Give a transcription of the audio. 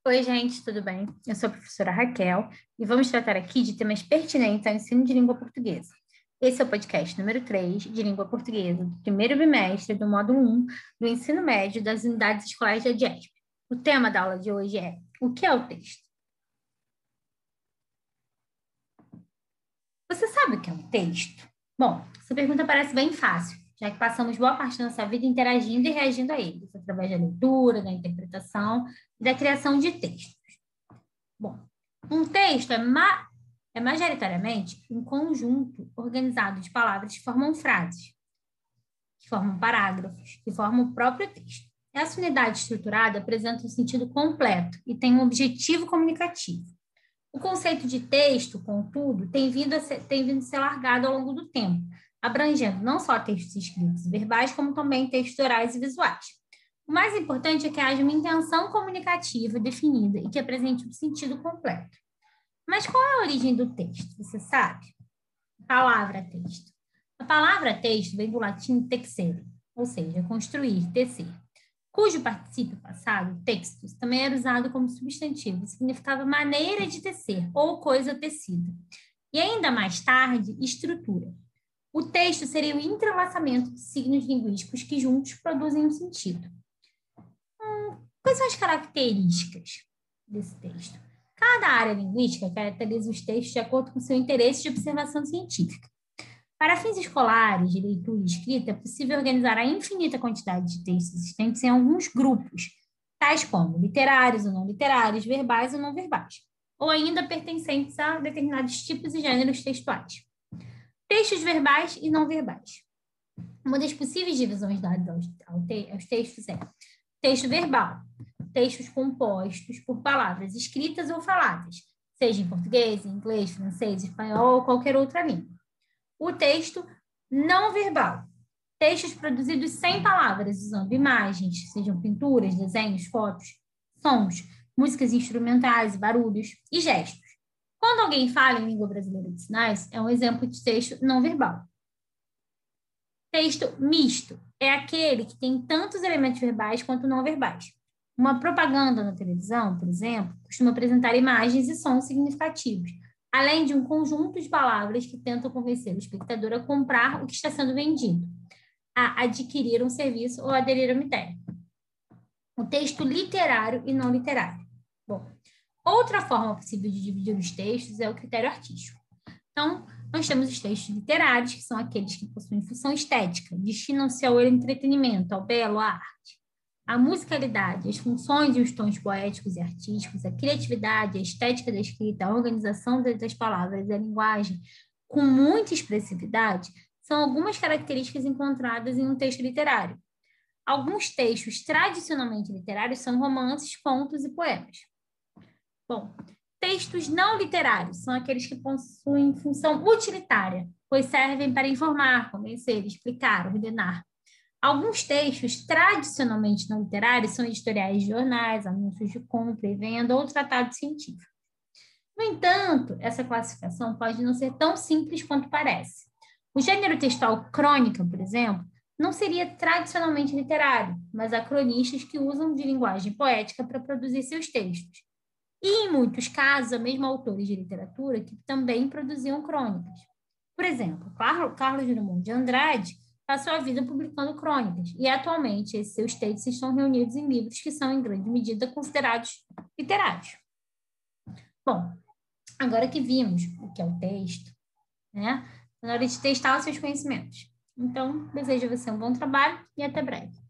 Oi, gente, tudo bem? Eu sou a professora Raquel e vamos tratar aqui de temas pertinentes ao ensino de língua portuguesa. Esse é o podcast número 3 de língua portuguesa, do primeiro bimestre do módulo 1 do ensino médio das unidades escolares da DIESP. O tema da aula de hoje é: o que é o texto? Você sabe o que é um texto? Bom, essa pergunta parece bem fácil, já que passamos boa parte da nossa vida interagindo e reagindo a eles, através da leitura, da interpretação e da criação de textos. Bom, um texto é majoritariamente um conjunto organizado de palavras que formam frases, que formam parágrafos, que formam o próprio texto. Essa unidade estruturada apresenta um sentido completo e tem um objetivo comunicativo. O conceito de texto, contudo, tem vindo a ser largado ao longo do tempo, abrangendo não só textos escritos e verbais, como também textos orais e visuais. O mais importante é que haja uma intenção comunicativa definida e que apresente um sentido completo. Mas qual é a origem do texto? Você sabe? Palavra texto. A palavra texto vem do latim texere, ou seja, construir, tecer, cujo particípio passado, textus, também era usado como substantivo, significava maneira de tecer ou coisa tecida. E ainda mais tarde, estrutura. O texto seria o entrelaçamento de signos linguísticos que juntos produzem um sentido. Quais são as características desse texto? Cada área linguística caracteriza os textos de acordo com seu interesse de observação científica. Para fins escolares, de leitura e escrita, é possível organizar a infinita quantidade de textos existentes em alguns grupos, tais como literários ou não literários, verbais ou não verbais, ou ainda pertencentes a determinados tipos e gêneros textuais. Textos verbais e não verbais. Uma das possíveis divisões dadas aos textos é texto verbal, textos compostos por palavras escritas ou faladas, seja em português, inglês, francês, espanhol ou qualquer outra língua. O texto não verbal, textos produzidos sem palavras, usando imagens, sejam pinturas, desenhos, fotos, sons, músicas instrumentais, barulhos e gestos. Quando alguém fala em língua brasileira de sinais, é um exemplo de texto não verbal. Texto misto é aquele que tem tantos elementos verbais quanto não verbais. Uma propaganda na televisão, por exemplo, costuma apresentar imagens e sons significativos, além de um conjunto de palavras que tentam convencer o espectador a comprar o que está sendo vendido, a adquirir um serviço ou aderir a uma ideia. O texto literário e não literário. Bom, outra forma possível de dividir os textos é o critério artístico. Então, nós temos os textos literários, que são aqueles que possuem função estética, destinam-se ao entretenimento, ao belo, à arte. A musicalidade, as funções e os tons poéticos e artísticos, a criatividade, a estética da escrita, a organização das palavras e a linguagem com muita expressividade são algumas características encontradas em um texto literário. Alguns textos tradicionalmente literários são romances, contos e poemas. Bom, textos não literários são aqueles que possuem função utilitária, pois servem para informar, convencer, explicar, ordenar. Alguns textos tradicionalmente não literários são editoriais de jornais, anúncios de compra e venda ou tratados científicos. No entanto, essa classificação pode não ser tão simples quanto parece. O gênero textual crônica, por exemplo, não seria tradicionalmente literário, mas há cronistas que usam de linguagem poética para produzir seus textos. E, em muitos casos, há mesmo autores de literatura que também produziam crônicas. Por exemplo, Carlos Drummond de Andrade passou a vida publicando crônicas, e atualmente esses seus textos estão reunidos em livros que são, em grande medida, considerados literários. Bom, agora que vimos o que é o texto, né, é hora de testar os seus conhecimentos. Então, desejo a você um bom trabalho e até breve.